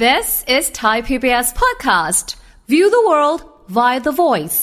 This is Thai PBS podcast. View the world via the voice.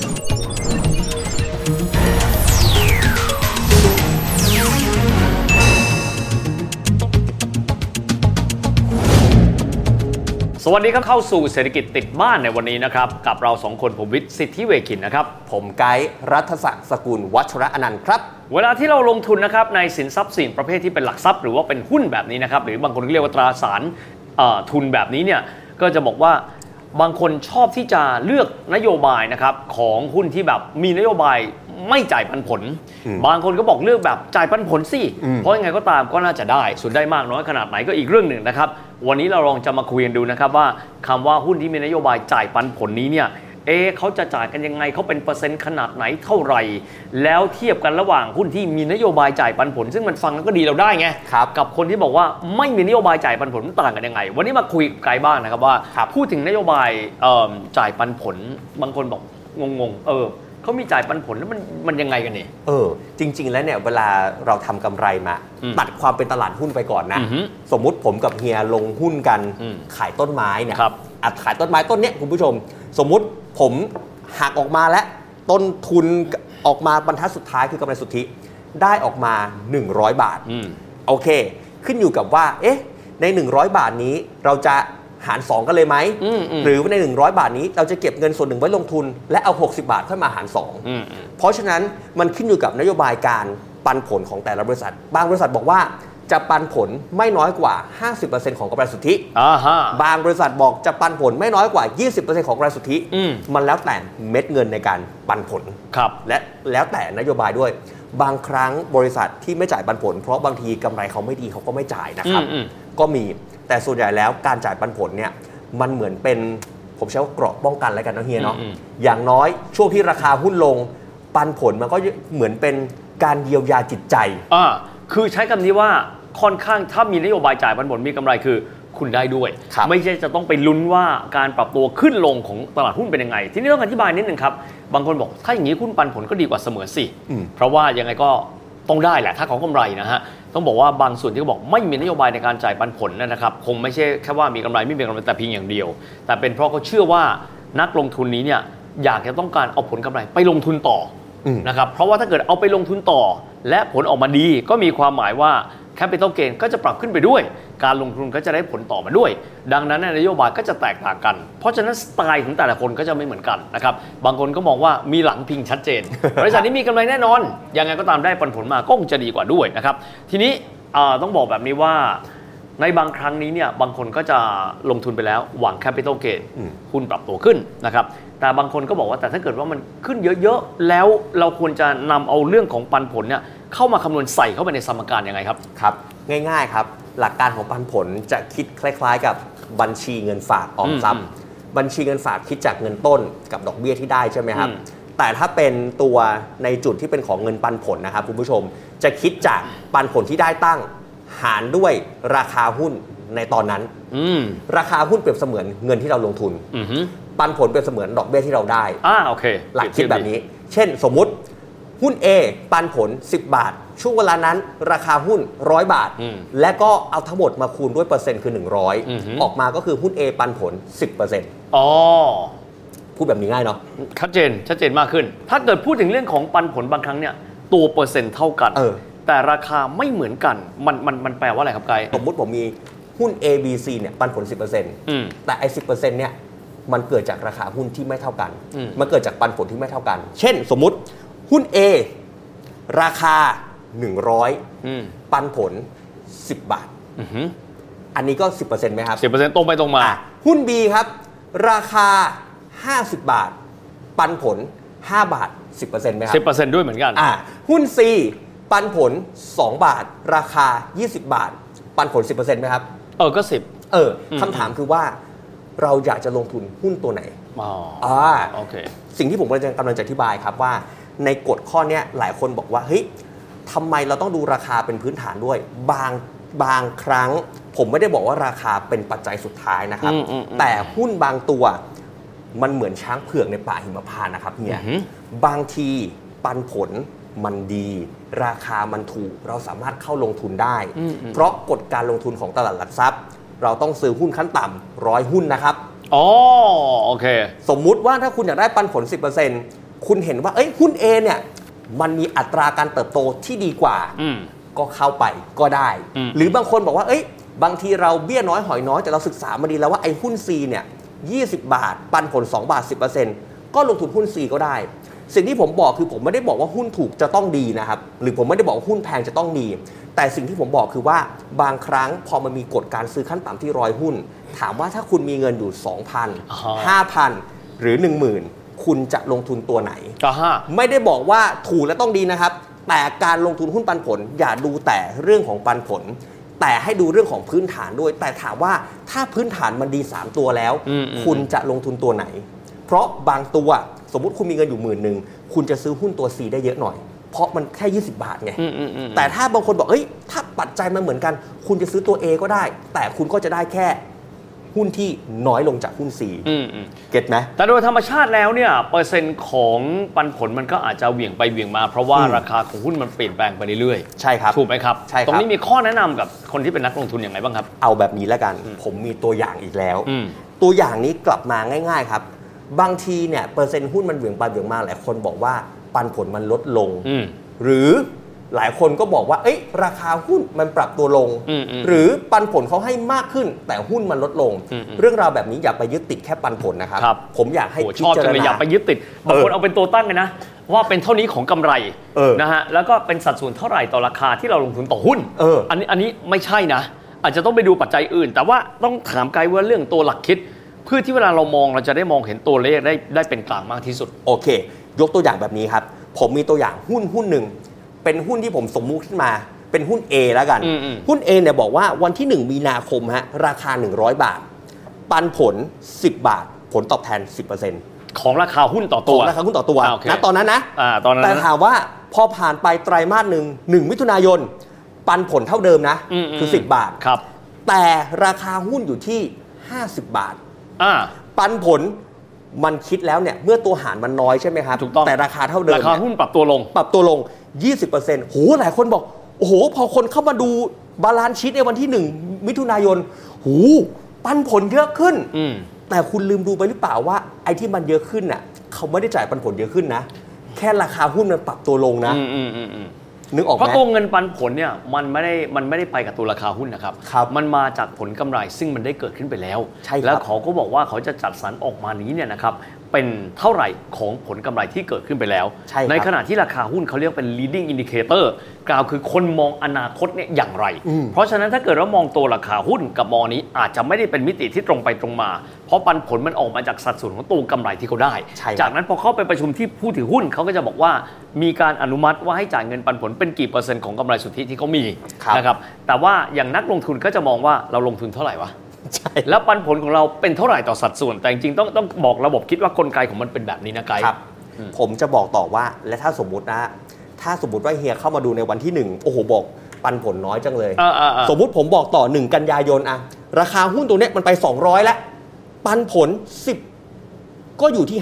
สวัสดีครับเข้าสู่เศรษฐกิจติดบ้านในวันนี้นะครับกับเราสองคนผมวิทย์สิทธิเวคินนะครับผมไกด์รัฐศักดิ์สกุลวัชระอนันต์ครับเวลาที่เราลงทุนนะครับในสินทรัพย์ประเภทที่เป็นหลักทรัพย์หรือว่าเป็นหุ้นแบบนี้นะครับหรือบางคนเรียกว่าตราสารทุนแบบนี้เนี่ยก็จะบอกว่าบางคนชอบที่จะเลือกนโยบายนะครับของหุ้นที่แบบมีนโยบายไม่จ่ายปันผลบางคนก็บอกเลือกแบบจ่ายปันผลสิเพราะยังไงก็ตามก็น่าจะได้ส่วนได้มากน้อยขนาดไหนก็อีกเรื่องหนึ่งนะครับวันนี้เราลองจะมาคุยกันดูนะครับว่าคำว่าหุ้นที่มีนโยบายจ่ายปันผลนี้เนี่ยเขาจะจ่ายกันยังไงเขาเป็นเปอร์เซ็นต์ขนาดไหนเท่าไหร่แล้วเทียบกันระหว่างหุ้นที่มีนโยบายจ่ายปันผลซึ่งมันฟังแล้วก็ดีเราได้ไงกับคนที่บอกว่าไม่มีนโยบายจ่ายปันผลมันต่างกันยังไงวันนี้มาคุยกับไกด์บ้างนะครับว่าพูดถึงนโยบายจ่ายปันผลบางคนบอกงงเขามีจ่ายปันผลแล้วมันยังไงกันเนี่ยจริงๆแล้วเนี่ยเวลาเราทำกำไรมาตัดความเป็นตลาดหุ้นไปก่อนนะสมมุติผมกับเฮียลงหุ้นกันขายต้นไม้เนี่ยขายต้นไม้ต้นเนี้ยคุณผู้ชมสมมุติผมหักออกมาแล้วต้นทุนออกมาบรรทัดสุดท้ายคือกำไรสุทธิได้ออกมา100 บาทโอเคขึ้นอยู่กับว่าใน100 บาทนี้เราจะหาร2กันเลยไหมหรือใน100 บาทนี้เราจะเก็บเงินส่วนหนึ่งไว้ลงทุนและเอา60 บาทค่อยมาหาร2เพราะฉะนั้นมันขึ้นอยู่กับนโยบายการปันผลของแต่ละบริษัทบางบริษัทบอกว่าจะปันผลไม่น้อยกว่า 50% ของกำไรสุทธิบางบริษัทบอกจะปันผลไม่น้อยกว่า 20% ของกำไรสุทธิมันแล้วแต่เม็ดเงินในการปันผลและแล้วแต่นโยบายด้วยบางครั้งบริษัทที่ไม่จ่ายปันผลเพราะบางทีกำไรเขาไม่ดีเขาก็ไม่จ่ายนะครับก็มีแต่ส่วนใหญ่แล้วการจ่ายปันผลเนี่ยมันเหมือนเป็นผมใช้ว่าเกราะป้องกันแล้วกันนะเฮียเนาะอย่างน้อยช่วงที่ราคาหุ้นลงปันผลมันก็เหมือนเป็นการเยียวยาจิตใจคือใช้คำนี้ว่าค่อนข้างถ้ามีนโยบายจ่ายปันผลมีกำไรคือคุณได้ด้วยไม่ใช่จะต้องไปลุ้นว่าการปรับตัวขึ้นลงของตลาดหุ้นเป็นยังไงทีนี้ต้องอธิบายนิดนึงครับบางคนบอกถ้าอย่างนี้หุ้นปันผลก็ดีกว่าเสมอสิเพราะว่ายังไงก็ต้องได้แหละถ้าของกำไรนะฮะต้องบอกว่าบางส่วนที่เขาบอกไม่มีนโยบายในการจ่ายปันผลนะครับคงไม่ใช่แค่ว่ามีกำไรไม่มีกำไรแต่เพียงอย่างเดียวแต่เป็นเพราะเขาเชื่อว่านักลงทุนนี้เนี่ยอยากจะต้องการเอาผลกำไรไปลงทุนต่อนะครับเพราะว่าถ้าเกิดเอาไปลงทุนต่อและผลออกมาดีก็มีความหมายว่าCapital Gain ก็จะปรับขึ้นไปด้วยการลงทุนก็จะได้ผลต่อมาด้วยดังนั้นนโยบายก็จะแตกต่างกันเพราะฉะนั้นสไตล์ของแต่ละคนก็จะไม่เหมือนกันนะครับบางคนก็มองว่ามีหลังพิงชัดเจน บริษัทนี้มีกำไรแน่นอนยังไงก็ตามได้ผลมาก็คงจะดีกว่าด้วยนะครับทีนี้ต้องบอกแบบนี้ว่าในบางครั้งนี้เนี่ยบางคนก็จะลงทุนไปแล้วหวัง Capital Gain หุ้นปรับตัวขึ้นนะครับแต่บางคนก็บอกว่าแต่ถ้าเกิดว่ามันขึ้นเยอะๆแล้วเราควรจะนำเอาเรื่องของปันผลเนี่ยเข้ามาคำนวณใส่เข้าไปในสมการยังไงครับครับง่ายๆครับหลักการของปันผลจะคิดคล้ายๆกับบัญชีเงินฝากออมทรัพย์บัญชีเงินฝากคิดจากเงินต้นกับดอกเบี้ยที่ได้ใช่ไหมครับแต่ถ้าเป็นตัวในจุดที่เป็นของเงินปันผลนะครับคุณผู้ชมจะคิดจากปันผลที่ได้ตั้งหารด้วยราคาหุ้นในตอนนั้นราคาหุ้นเปรียบเสมือนเงินที่เราลงทุนปันผลเปรียบเสมือนดอกเบี้ยที่เราได้โอเคหลักคิดแบบนี้เช่นสมมุติหุ้น A ปันผล10 บาทช่วงเวลานั้นราคาหุ้น100 บาทและก็เอาทั้งหมดมาคูณด้วยเปอร์เซ็นต์คือ100ออกมาก็คือหุ้น A ปันผล 10% พูดแบบนี้ง่ายเนาะชัดเจนมากขึ้นถ้าเกิดพูดถึงเรื่องของปันผลบางครั้งเนี่ยตัวเปอร์เซ็นต์เท่ากันแต่ราคาไม่เหมือนกันมันแปลว่าอะไรครับไกด์สมมุติผมมีหุ้น A B C เนี่ยปันผล 10% แต่ไอ้ 10% เนี่ยมันเกิดจากราคาหุ้นที่ไม่เท่ากันมันเกิดจากปันผลที่ไม่เท่ากันเช่นสมมุติหุ้น A ราคา100ปันผล10 บาทอันนี้ก็ 10% ไหมครับ 10% ตรงไปตรงมาหุ้น B ครับราคา50 บาทปันผล5 บาท 10% ไหมครับ 10% ด้วยเหมือนกันหุ้น C ปันผล2 บาทราคา20 บาทปันผล 10% ไหมครับก็ 10คำถามคือว่าเราอยากจะลงทุนหุ้นตัวไหนโอเคสิ่งที่ผมกำลังจะอธิบายครับว่าในกฎข้อนี้หลายคนบอกว่าเฮ้ยทำไมเราต้องดูราคาเป็นพื้นฐานด้วยบางครั้งผมไม่ได้บอกว่าราคาเป็นปัจจัยสุดท้ายนะครับแต่หุ้นบางตัวมันเหมือนช้างเผือกในป่าหิมพานต์นะครับเนี่ยบางทีปันผลมันดีราคามันถูกเราสามารถเข้าลงทุนได้เพราะกฎการลงทุนของตลาดหลักทรัพย์เราต้องซื้อหุ้นขั้นต่ำ100 หุ้นนะครับอ๋อโอเคสมมุติว่าถ้าคุณอยากได้ปันผล 10% คุณเห็นว่าหุ้น A เนี่ยมันมีอัตราการเติบโตที่ดีกว่าก็เข้าไปก็ได้หรือบางคนบอกว่าบางทีเราเบี้ยน้อยหอยน้อยแต่เราศึกษามาดีแล้วว่าไอ้หุ้น C เนี่ย20 บาทปันผล2 บาท 10% ก็ลงทุนหุ้น C ก็ได้สิ่งที่ผมบอกคือผมไม่ได้บอกว่าหุ้นถูกจะต้องดีนะครับหรือผมไม่ได้บอกว่าหุ้นแพงจะต้องดีแต่สิ่งที่ผมบอกคือว่าบางครั้งพอมันมีกฎการซื้อขั้นต่ำที่100 หุ้นถามว่าถ้าคุณมีเงินอยู่ 2,000 5,000 หรือ 10,000 คุณจะลงทุนตัวไหนไม่ได้บอกว่าถูกและต้องดีนะครับแต่การลงทุนหุ้นปันผลอย่าดูแต่เรื่องของปันผลแต่ให้ดูเรื่องของพื้นฐานด้วยแต่ถามว่าถ้าพื้นฐานมันดี3ตัวแล้วคุณจะลงทุนตัวไหนเพราะบางตัวสมมุติคุณมีเงินอยู่10,000คุณจะซื้อหุ้นตัว C ได้เยอะหน่อยเพราะมันแค่20 บาทไงแต่ถ้าบางคนบอกถ้าปัจจัยมันเหมือนกันคุณจะซื้อตัว A ก็ได้แต่คุณก็จะได้แค่หุ้นที่น้อยลงจากหุ้น C เก็ทไหมแต่โดยธรรมชาติแล้วเนี่ยเปอร์เซ็นต์ของปันผลมันก็อาจจะเหวี่ยงไปเหวี่ยงมาเพราะว่าราคาของหุ้นมันเปลี่ยนแปลงไปเรื่อยๆใช่ครับถูกไหมครับใช่ครับตรงนี้มีข้อแนะนำกับคนที่เป็นนักลงทุนอย่างไรบ้างครับเอาแบบนี้แล้วกันผมมีตัวอย่างอีกแล้วตัวอย่างนี้กลับมาง่ายๆครับบางทีเนี่ยเปอร์เซ็นต์หุ้นมันเหวี่ยงไปเหวี่ยงมาหลายคนบอกว่าปันผลมันลดลงหรือหลายคนก็บอกว่าราคาหุ้นมันปรับตัวลงหรือปันผลเขาให้มากขึ้นแต่หุ้นมันลดลงเรื่องราวแบบนี้อย่าไปยึดติดแค่ปันผลนะครับผมอยากให้พิจารณาอย่าไปยึดติดบางคนเอาเป็นตัวตั้งเลยนะว่าเป็นเท่านี้ของกำไรนะฮะแล้วก็เป็นสัดส่วนเท่าไหร่ต่อราคาที่เราลงทุนต่อหุ้นอันนี้ไม่ใช่นะอาจจะต้องไปดูปัจจัยอื่นแต่ว่าต้องถามไกด์ว่าเรื่องตัวหลักคิดเพื่อที่เวลาเรามองเราจะได้มองเห็นตัวเลขได้เป็นกลางมากที่สุดโอเคยกตัวอย่างแบบนี้ครับผมมีตัวอย่างหุ้นหนึ่งเป็นหุ้นที่ผมสมมุติขึ้นมาเป็นหุ้น A แล้วกันหุ้น A เนี่ยบอกว่าวันที่1 มีนาคมฮะราคา100 บาทปันผล10 บาทผลตอบแทน 10% ของราคาหุ้นต่อตัวของราคาหุ้นต่อตัวณตอนนั้นนะแต่ถามว่าพอผ่านไปไตรมาส1 มิถุนายนปันผลเท่าเดิมนะคือ10 บาทแต่ราคาหุ้นอยู่ที่50 บาทปันผลมันคิดแล้วเนี่ยเมื่อตัวหารมันน้อยใช่ไหมครับแต่ราคาเท่าเดิมราคาหุ้นปรับตัวลง 20% โหหลายคนบอกโอ้โหพอคนเข้ามาดูบาลานซ์ชีทในวันที่1 มิถุนายนโหปันผลเยอะขึ้นแต่คุณลืมดูไปหรือเปล่าว่าไอ้ที่มันเยอะขึ้นน่ะเขาไม่ได้จ่ายปันผลเยอะขึ้นนะแค่ราคาหุ้นมันปรับตัวลงนะนึกออกไหมเพราะตัวเงินปันผลเนี่ยมันไม่ได้ไปกับตัวราคาหุ้นนะครับมันมาจากผลกำไรซึ่งมันได้เกิดขึ้นไปแล้วแล้วเขาก็บอกว่าเขาจะจัดสรรออกมานี้เนี่ยนะครับเป็นเท่าไหร่ของผลกำไรที่เกิดขึ้นไปแล้วในขณะที่ราคาหุ้นเขาเรียกเป็น leading indicator กล่าวคือคนมองอนาคตเนี่ยอย่างไรเพราะฉะนั้นถ้าเกิดว่ามองตัวราคาหุ้นกับมองนี้อาจจะไม่ได้เป็นมิติที่ตรงไปตรงมาเพราะปันผลมันออกมาจากสัดส่วนของตัวกำไรที่เขาได้จากนั้นพอเข้าไปประชุมที่ผู้ถือหุ้นเขาก็จะบอกว่ามีการอนุมัติว่าให้จ่ายเงินปันผลเป็นกี่เปอร์เซ็นต์ของกำไรสุทธิที่เขามีนะครับแต่ว่าอย่างนักลงทุนก็จะมองว่าเราลงทุนเท่าไหร่วะแล้วปันผลของเราเป็นเท่าไหร่ต่อสัดส่วนแต่จริงๆต้องบอกระบบคิดว่ากลไกของมันเป็นแบบนี้นะไกด์ผมจะบอกต่อว่าและถ้าสมมุติว่าเฮียเข้ามาดูในวันที่1โอ้โหบอกปันผลน้อยจังเลยสมมุติผมบอกต่อ1 กันยายนราคาหุ้นตัวนี้มันไป200แล้วปันผล10ก็อยู่ที่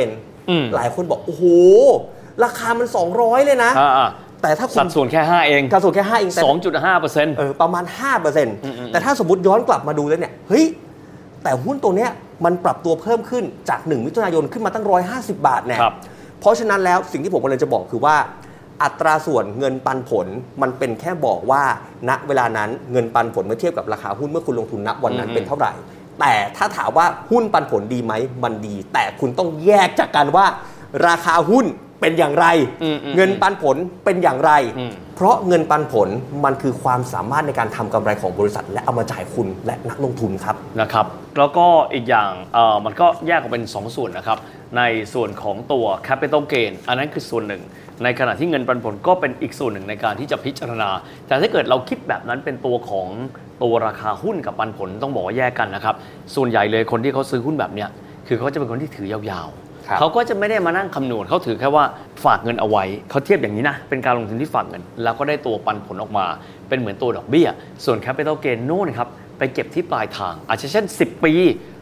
5% หลายคนบอกโอ้โหราคามัน200เลยนะแต่ถ้าสัดส่วนแค่5เองสัดส่วนแค่5เอง 2.5% ประมาณ 5% แต่ถ้าสมมุติย้อนกลับมาดูแล้วเนี่ยเฮ้ยแต่หุ้นตัวเนี้ยมันปรับตัวเพิ่มขึ้นจาก1 มิถุนายนขึ้นมาตั้ง150 บาทเนี่ยเพราะฉะนั้นแล้วสิ่งที่ผมกำลังจะบอกคือว่าอัตราส่วนเงินปันผลมันเป็นแค่บอกว่าณเวลานั้นเงินปันผลเมื่อเทียบกับราคาหุ้นเมื่อคุณลงทุนณวันนั้นเป็นเท่าไหร่แต่ถ้าถามว่าหุ้นปันผลดีไหมมันดีแต่คุณต้องแยกจากกันว่าราคาหุ้นเป็นอย่างไรเงินปันผลเป็นอย่างไรเพราะเงินปันผลมันคือความสามารถในการทำกำไรของบริษัทและเอามาจ่ายคุณและนักลงทุนครับนะครับแล้วก็อีกอย่างมันก็แยกออกเป็น2ส่วนนะครับในส่วนของตัว capital gain อันนั้นคือส่วนหนึ่งในขณะที่เงินปันผลก็เป็นอีกส่วนหนึ่งในการที่จะพิจารณาแต่ถ้าเกิดเราคิดแบบนั้นเป็นตัวของตัวราคาหุ้นกับปันผลต้องบอกว่าแยกกันนะครับส่วนใหญ่เลยคนที่เขาซื้อหุ้นแบบเนี้ยคือเขาจะเป็นคนที่ถือยาวๆเขาก็จะไม่ได้มานั่งคำนวณเขาถือแค่ว่าฝากเงินเอาไว้เขาเทียบอย่างนี้นะเป็นการลงทุนที่ฝากเงินแล้วก็ได้ตัวปันผลออกมาเป็นเหมือนตัวดอกเบี้ยส่วน capital gain โน่นครับไปเก็บที่ปลายทางอาจจะเช่น10 ปี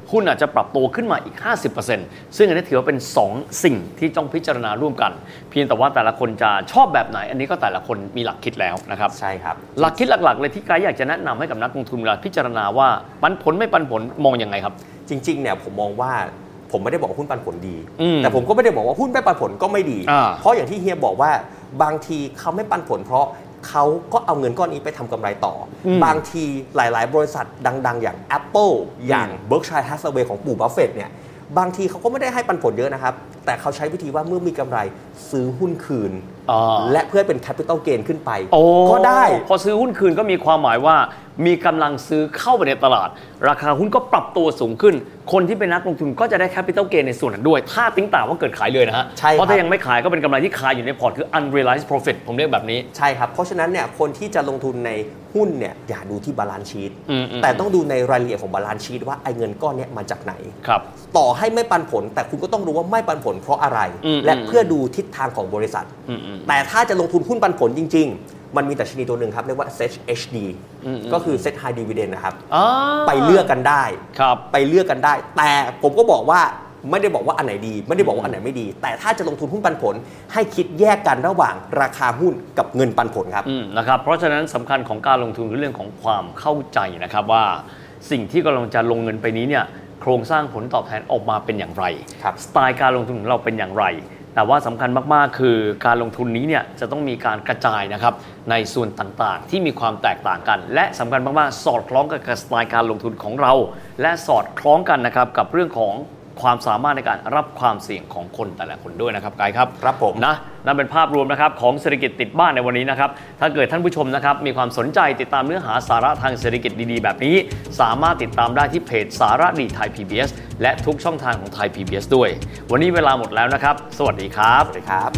หุ้นอาจจะปรับตัวขึ้นมาอีก 50% ซึ่งอันนี้ถือว่าเป็น2สิ่งที่ต้องพิจารณาร่วมกันเพียงแต่ว่าแต่ละคนจะชอบแบบไหนอันนี้ก็แต่ละคนมีหลักคิดแล้วนะครับใช่ครับหลักคิดหลักๆเลยที่ไกด์อยากจะแนะนำให้กับนักลงทุนเวลาพิจารณาว่าปันผลไม่ปันผลมองยังไงครับจริงๆเนี่ยผมมองว่าผมไม่ได้บอกหุ้นปันผลดีแต่ผมก็ไม่ได้บอกว่าหุ้นไม่ปันผลก็ไม่ดีเพราะอย่างที่เฮียบอกว่าบางทีเขาไม่ปันผลเพราะเขาก็เอาเงินก้อนนี้ไปทำกำไรต่อบางทีหลายๆบริษัทดังๆอย่าง Apple อย่าง Berkshire Hathaway ของปู่บัฟเฟตต์เนี่ยบางทีเขาก็ไม่ได้ให้ปันผลเยอะนะครับแต่เขาใช้วิธีว่าเมื่อมีกำไรซื้อหุ้นคืนและเพื่อเป็น capital gain ขึ้นไปก็ได้พอซื้อหุ้นคืนก็มีความหมายว่ามีกำลังซื้อเข้าไปในตลาดราคาหุ้นก็ปรับตัวสูงขึ้นคนที่เป็นนักลงทุนก็จะได้ capital gain ในส่วนนั้นด้วยถ้าติ้งต่างว่าเกิดขายเลยนะฮะเพราะถ้ายังไม่ขายก็เป็นกำไรที่คาอยู่ในพอร์ตคือ unrealized profit ผมเรียกแบบนี้ใช่ครับเพราะฉะนั้นเนี่ยคนที่จะลงทุนในหุ้นเนี่ยอย่าดูที่ balance sheet แต่ต้องดูในรายละเอียดของ balance sheet ว่าไอ้เงินก้อนนี้มาจากไหนต่อให้ไม่ปันผลแต่คุณก็ต้องรู้ว่าไม่ปันผลเพราะอะไรและเพื่อดูทิศทางของบริษัทแต่ถ้าจะลงทุนหุ้นปันผลจริงๆมันมีดัชนีตัวหนึ่งครับเรียกว่า SHD ก็คือ Set High Dividend นะครับไปเลือกกันได้ไปเลือกกันได้แต่ผมก็บอกว่าไม่ได้บอกว่าอันไหนดีไม่ได้บอกว่าอันไหนไม่ดีแต่ถ้าจะลงทุนหุ้นปันผลให้คิดแยกกันระหว่างราคาหุ้นกับเงินปันผลครับนะครับเพราะฉะนั้นสำคัญของการลงทุนคือเรื่องของความเข้าใจนะครับว่าสิ่งที่กำลังจะลงเงินไปนี้เนี่ยโครงสร้างผลตอบแทนออกมาเป็นอย่างไรสไตล์การลงทุนของเราเป็นอย่างไรแต่ว่าสำคัญมากๆคือการลงทุนนี้เนี่ยจะต้องมีการกระจายนะครับในส่วนต่างๆที่มีความแตกต่างกันและสำคัญมากๆสอดคล้องกับสไตล์การลงทุนของเราและสอดคล้องกันนะครับกับเรื่องของความสามารถในการรับความเสี่ยงของคนแต่ละคนด้วยนะครับไกด์ครับครับผมนั่นเป็นภาพรวมนะครับของเศรษฐกิจติดบ้านในวันนี้นะครับถ้าเกิดท่านผู้ชมนะครับมีความสนใจติดตามเนื้อหาสาระทางเศรษฐกิจดีๆแบบนี้สามารถติดตามได้ที่เพจสาระดีไทย PBS และทุกช่องทางของไทย PBS ด้วยวันนี้เวลาหมดแล้วนะครับสวัสดีครับสวัสดีครับ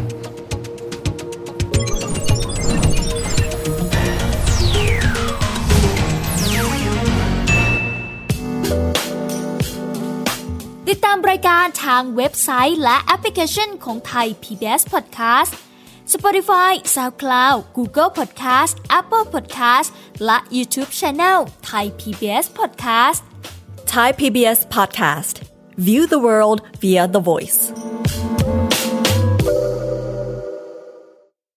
ติดตามรายการทางเว็บไซต์และแอปพลิเคชันของไทย PBS Podcast Spotify SoundCloud Google Podcast Apple Podcast และ YouTube Channel Thai PBS Podcast Thai PBS Podcast View the world via the voice